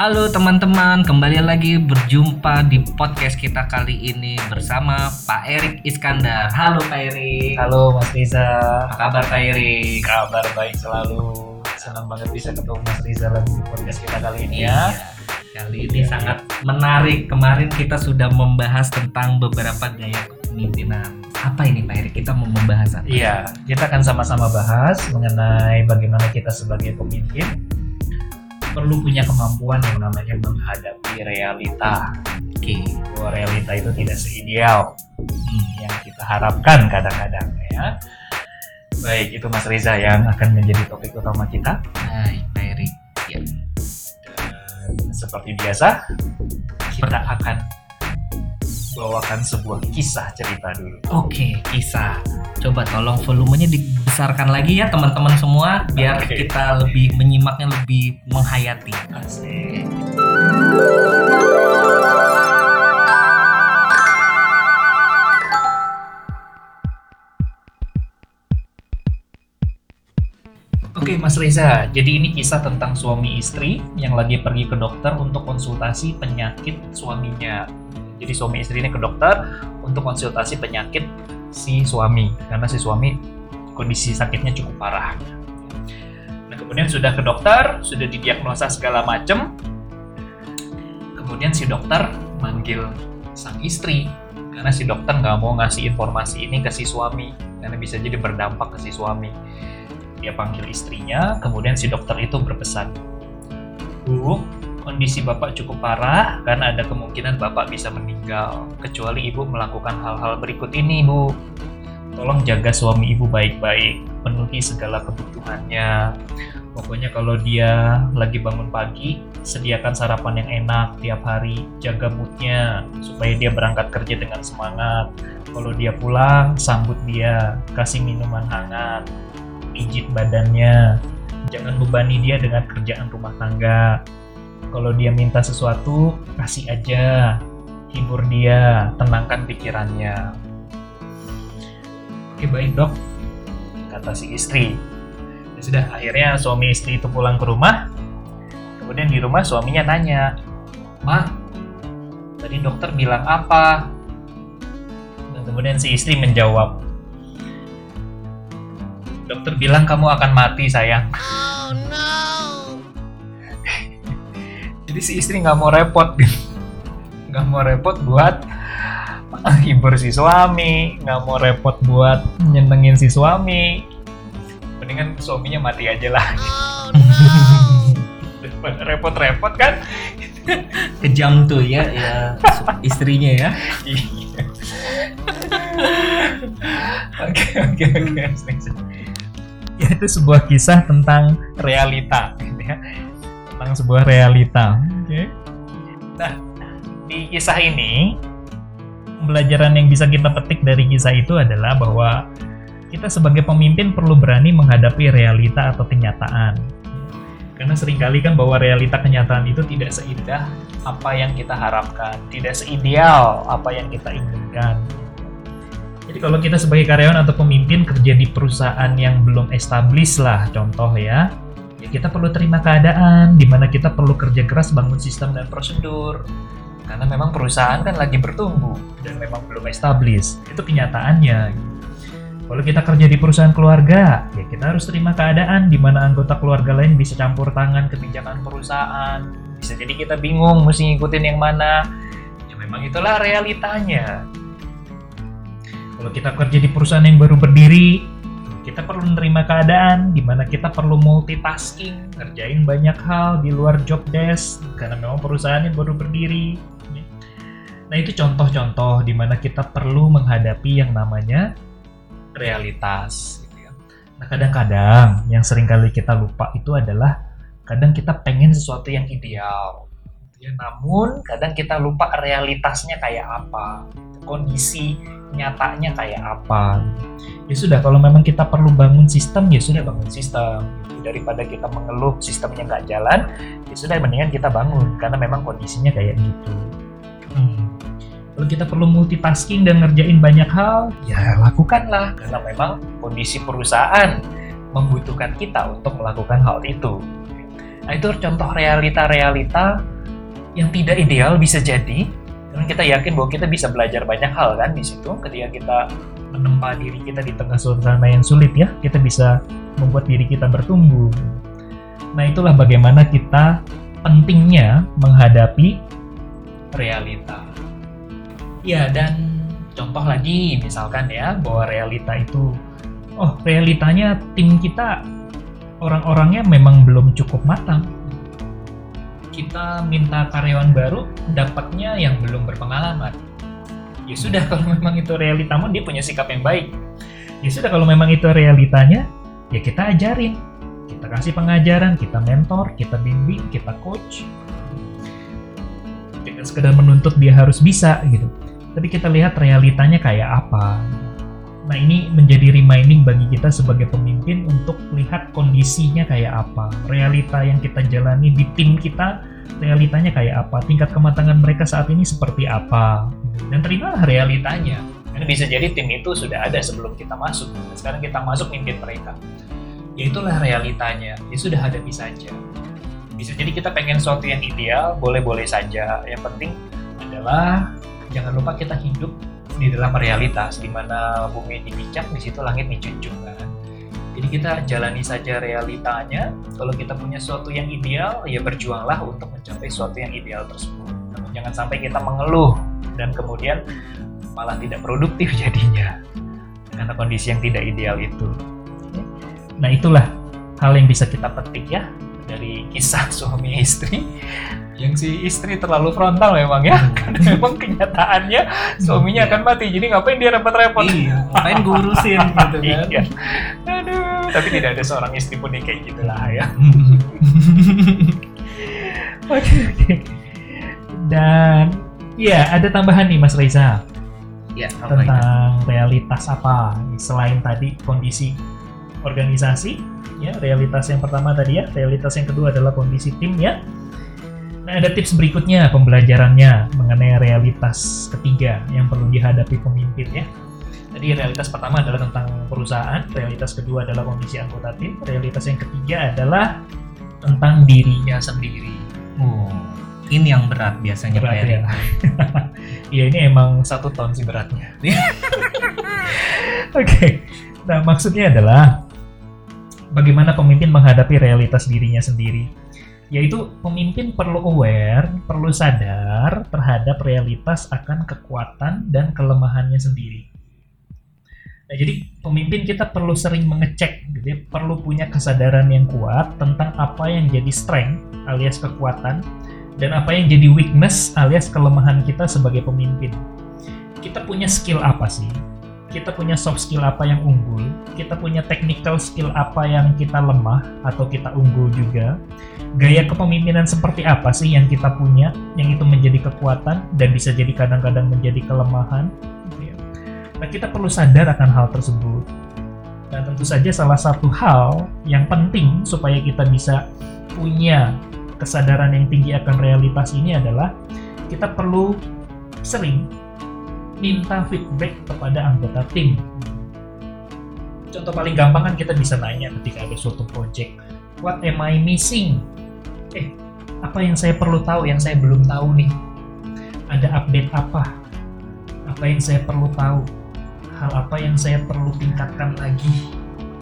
Halo teman-teman, kembali lagi berjumpa di podcast kita kali ini bersama Pak Erik Iskandar. Halo Pak Erik. Halo Mas Riza. Apa kabar Pak Erik? Kabar baik selalu. Senang banget bisa ketemu Mas Riza lagi di podcast kita kali ini ya. Kali ini sangat menarik. Kemarin kita sudah membahas tentang beberapa gaya kepemimpinan. Apa ini Pak Erik? Kita mau membahas apa? Iya, kita akan sama-sama bahas mengenai bagaimana kita sebagai pemimpin perlu punya kemampuan yang namanya menghadapi realita. Oke. Bahwa realita itu tidak seideal yang kita harapkan kadang-kadang ya. Baik, itu Mas Riza yang akan menjadi topik utama kita. Baik Pak Erik. Ya. Dan seperti biasa, kita akan bawakan sebuah kisah cerita dulu. Oke, kisah. Coba tolong volumenya dibesarkan lagi ya teman-teman semua biar kita lebih menyimaknya, lebih menghayati. Asik. Oke Mas Reza, jadi ini kisah tentang suami istri yang lagi pergi ke dokter untuk konsultasi penyakit suaminya. Jadi suami istri ini ke dokter untuk konsultasi penyakit si suami, karena si suami kondisi sakitnya cukup parah. Nah kemudian sudah ke dokter, sudah didiagnosa segala macam. Kemudian si dokter manggil sang istri, karena si dokter nggak mau ngasih informasi ini ke si suami, karena bisa jadi berdampak ke si suami. Dia panggil istrinya, kemudian si dokter itu berpesan, "Bu, kondisi Bapak cukup parah karena ada kemungkinan Bapak bisa meninggal kecuali Ibu melakukan hal-hal berikut ini, Bu. Tolong jaga suami Ibu baik-baik, penuhi segala kebutuhannya. Pokoknya kalau dia lagi bangun pagi, sediakan sarapan yang enak tiap hari, jaga moodnya supaya dia berangkat kerja dengan semangat. Kalau dia pulang, sambut dia, kasih minuman hangat, pijit badannya, jangan bebani dia dengan kerjaan rumah tangga. Kalau dia minta sesuatu, kasih aja, hibur dia, tenangkan pikirannya." "Oke baik dok," kata si istri. Ya sudah, akhirnya suami istri itu pulang ke rumah. Kemudian di rumah suaminya tanya, "Ma, tadi dokter bilang apa?" Dan kemudian si istri menjawab, "Dokter bilang kamu akan mati sayang." Oh no. Jadi si istri nggak mau repot, nggak mau repot buat hibur si suami, nggak mau repot buat nyenengin si suami. Mendingan suaminya mati aja lah. Oh no. Daripada repot-repot kan? Kejam tuh ya istrinya ya. Iya. Oke. Ya, itu sebuah kisah tentang realita, gitu ya. Tentang sebuah realita. Oke. Nah, di kisah ini pembelajaran yang bisa kita petik dari kisah itu adalah bahwa kita sebagai pemimpin perlu berani menghadapi realita atau kenyataan. Karena seringkali kan bahwa realita kenyataan itu tidak seindah apa yang kita harapkan, tidak seideal apa yang kita inginkan. Jadi kalau kita sebagai karyawan atau pemimpin kerja di perusahaan yang belum established lah, contoh ya kita perlu terima keadaan di mana kita perlu kerja keras bangun sistem dan prosedur. Karena memang perusahaan kan lagi bertumbuh dan memang belum established. Itu kenyataannya. Kalau kita kerja di perusahaan keluarga, ya kita harus terima keadaan di mana anggota keluarga lain bisa campur tangan kebijakan perusahaan. Bisa jadi kita bingung mesti ngikutin yang mana. Ya memang itulah realitanya. Kalau kita kerja di perusahaan yang baru berdiri, kita perlu menerima keadaan di mana kita perlu multitasking, ngerjain banyak hal di luar job desk karena memang perusahaannya baru berdiri. Nah, itu contoh-contoh di mana kita perlu menghadapi yang namanya realitas. Nah, kadang-kadang yang seringkali kita lupa itu adalah kadang kita pengen sesuatu yang ideal. Namun, kadang kita lupa realitasnya kayak apa, kondisi nyatanya kayak apa. Ya sudah, kalau memang kita perlu bangun sistem, ya sudah bangun sistem. Daripada kita mengeluh sistemnya nggak jalan, ya sudah mendingan kita bangun karena memang kondisinya kayak gitu. Kalau kita perlu multitasking dan ngerjain banyak hal, ya lakukanlah karena memang kondisi perusahaan membutuhkan kita untuk melakukan hal itu. Nah, itu contoh realita-realita yang tidak ideal bisa jadi, dan kita yakin bahwa kita bisa belajar banyak hal kan di situ. Ketika kita menempa diri kita di tengah suasana yang sulit ya, kita bisa membuat diri kita bertumbuh. Nah, itulah bagaimana kita pentingnya menghadapi realita. Ya, dan contoh lagi misalkan ya, bahwa realita itu, realitanya tim kita orang-orangnya memang belum cukup matang. Kita minta karyawan baru, dapatnya yang belum berpengalaman. Ya sudah, kalau memang itu realitamu, dia punya sikap yang baik. Ya sudah, kalau memang itu realitanya, ya kita ajarin. Kita kasih pengajaran, kita mentor, kita bimbing, kita coach. Tidak sekedar menuntut dia harus bisa gitu. Tapi kita lihat realitanya kayak apa. Nah, ini menjadi reminding bagi kita sebagai pemimpin untuk lihat kondisinya kayak apa. Realita yang kita jalani di tim kita, realitanya kayak apa. Tingkat kematangan mereka saat ini seperti apa. Dan terimalah realitanya. Karena bisa jadi tim itu sudah ada sebelum kita masuk. Dan sekarang kita masuk mimpin mereka. Ya itulah realitanya. Ya sudah, hadapi saja. Bisa jadi kita pengen sesuatu yang ideal, boleh-boleh saja. Yang penting adalah jangan lupa kita hidup di dalam realitas, di mana bumi dipijak, di situ langit dijunjung kan. Jadi kita jalani saja realitanya. Kalau kita punya sesuatu yang ideal, ya berjuanglah untuk mencapai sesuatu yang ideal tersebut. Namun jangan sampai kita mengeluh dan kemudian malah tidak produktif jadinya karena kondisi yang tidak ideal itu. Nah, itulah hal yang bisa kita petik ya dari kisah suami istri. Yang si istri terlalu frontal memang ya, karena memang kenyataannya suaminya akan mati, jadi ngapain dia repot-repot? Iya, ngapain gue urusin gitu kan. Iya. Aduh, tapi tidak ada seorang istri pun yang kayak gitulah ya. Oke. Dan ya, ada tambahan nih Mas Reza. Ya, tentang realitas apa selain tadi kondisi organisasi ya. Realitas yang pertama tadi ya, realitas yang kedua adalah kondisi tim ya. Nah, ada tips berikutnya pembelajarannya mengenai realitas ketiga yang perlu dihadapi pemimpin ya. Tadi realitas pertama adalah tentang perusahaan, realitas kedua adalah kondisi anggota tim, realitas yang ketiga adalah tentang dirinya sendiri. Ini yang berat biasanya Pak Erik. Ya. Iya, ini emang 1 ton sih beratnya. Oke. Nah, maksudnya adalah bagaimana pemimpin menghadapi realitas dirinya sendiri. Yaitu pemimpin perlu aware, perlu sadar terhadap realitas akan kekuatan dan kelemahannya sendiri. Nah, jadi pemimpin kita perlu sering mengecek, gitu ya, perlu punya kesadaran yang kuat tentang apa yang jadi strength alias kekuatan dan apa yang jadi weakness alias kelemahan kita sebagai pemimpin. Kita punya skill apa sih? Kita punya soft skill apa yang unggul? Kita punya technical skill apa yang kita lemah atau kita unggul juga? Gaya kepemimpinan seperti apa sih yang kita punya, yang itu menjadi kekuatan dan bisa jadi kadang-kadang menjadi kelemahan? Nah, kita perlu sadar akan hal tersebut. Nah, tentu saja salah satu hal yang penting supaya kita bisa punya kesadaran yang tinggi akan realitas ini adalah kita perlu sering minta feedback kepada anggota tim. Contoh paling gampang kan kita bisa nanya ketika ada suatu project, what am I missing? Apa yang saya perlu tahu, yang saya belum tahu nih? Ada update apa? Apa yang saya perlu tahu? Hal apa yang saya perlu tingkatkan lagi?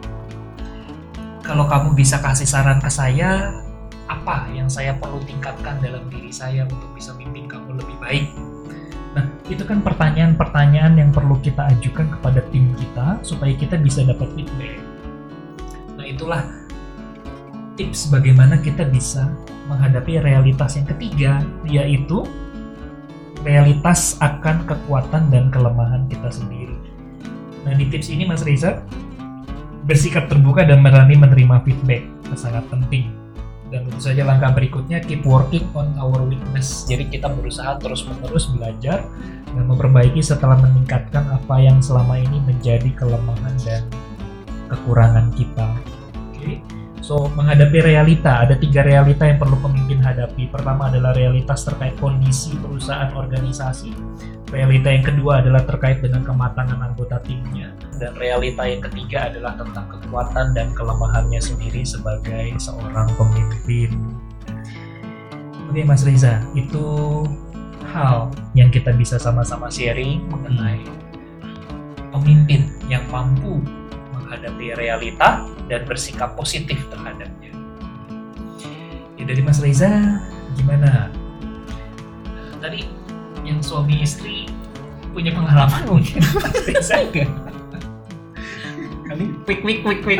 Kalau kamu bisa kasih saran ke saya, apa yang saya perlu tingkatkan dalam diri saya untuk bisa mimpin kamu lebih baik? Nah, itu kan pertanyaan-pertanyaan yang perlu kita ajukan kepada tim kita supaya kita bisa dapat feedback. Nah, itulah tips bagaimana kita bisa menghadapi realitas yang ketiga, yaitu realitas akan kekuatan dan kelemahan kita sendiri. Nah, di tips ini Mas Reza, bersikap terbuka dan berani menerima feedback sangat penting. Dan tentu saja langkah berikutnya, keep working on our weakness. Jadi kita berusaha terus-menerus belajar dan memperbaiki setelah meningkatkan apa yang selama ini menjadi kelemahan dan kekurangan kita. Oke. So, menghadapi realita, ada 3 realita yang perlu pemimpin hadapi. Pertama adalah realitas terkait kondisi perusahaan organisasi. Realita yang kedua adalah terkait dengan kematangan anggota timnya. Dan realita yang ketiga adalah tentang kekuatan dan kelemahannya sendiri sebagai seorang pemimpin. Oke Mas Reza, itu hal yang kita bisa sama-sama sharing mengenai pemimpin yang mampu menghadapi realita dan bersikap positif terhadapnya. Ya, dari Mas Reza, gimana? Tadi yang suami istri punya pengalaman mungkin Mas Reza nggak? Kali quick.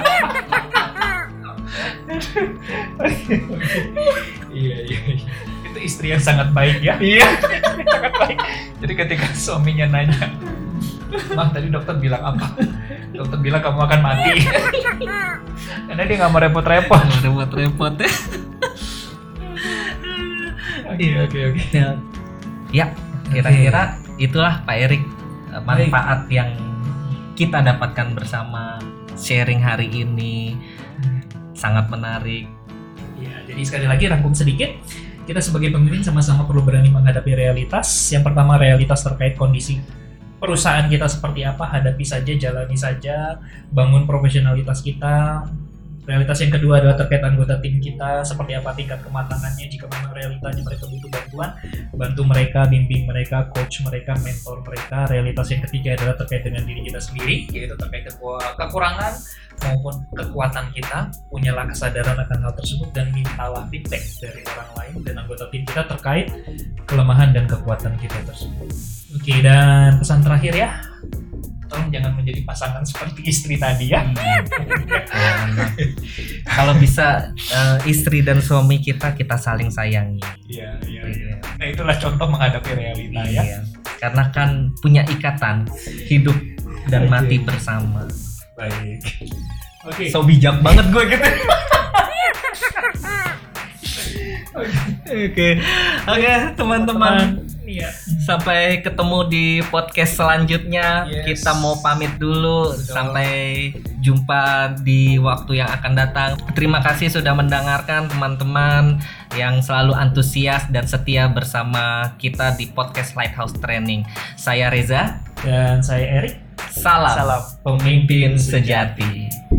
Iya. Itu istri yang sangat baik ya. Iya. Sangat baik. Jadi ketika suaminya nanya, "Mah, tadi dokter bilang apa?" Dokter bilang kamu akan mati. Karena dia nggak mau repot-repot. Repot-repot ya. Oke. Ya, kira-kira itulah Pak Erik manfaat yang kita dapatkan bersama sharing hari ini. Sangat menarik. Ya, jadi sekali lagi rangkum sedikit. Kita sebagai pemimpin sama-sama perlu berani menghadapi realitas. Yang pertama, realitas terkait kondisi perusahaan kita seperti apa, hadapi saja, jalani saja, bangun profesionalitas kita. Realitas yang kedua adalah terkait anggota tim kita, seperti apa tingkat kematangannya. Jika memang realitanya mereka butuh bantuan, bantu mereka, bimbing mereka, coach mereka, mentor mereka. Realitas yang ketiga adalah terkait dengan diri kita sendiri, yaitu terkait kekurangan maupun kekuatan kita. Punyalah kesadaran akan hal tersebut dan mintalah feedback dari orang lain dan anggota tim kita terkait kelemahan dan kekuatan kita tersebut. Oke, dan pesan terakhir ya, tolong jangan menjadi pasangan seperti istri tadi ya. Kalau bisa istri dan suami kita saling sayangi. Iya. Nah, itulah contoh menghadapi realita ya. Iya. Karena kan punya ikatan hidup dan mati bersama. Baik. Oke. So bijak banget gue gitu. Oke, teman-teman. Iya. Sampai ketemu di podcast selanjutnya. Yes. Kita mau pamit dulu. Betul. Sampai jumpa di waktu yang akan datang. Terima kasih sudah mendengarkan teman-teman yang selalu antusias dan setia bersama kita di podcast Lighthouse Training. Saya Reza Dan saya Erik. Salam pemimpin sejati.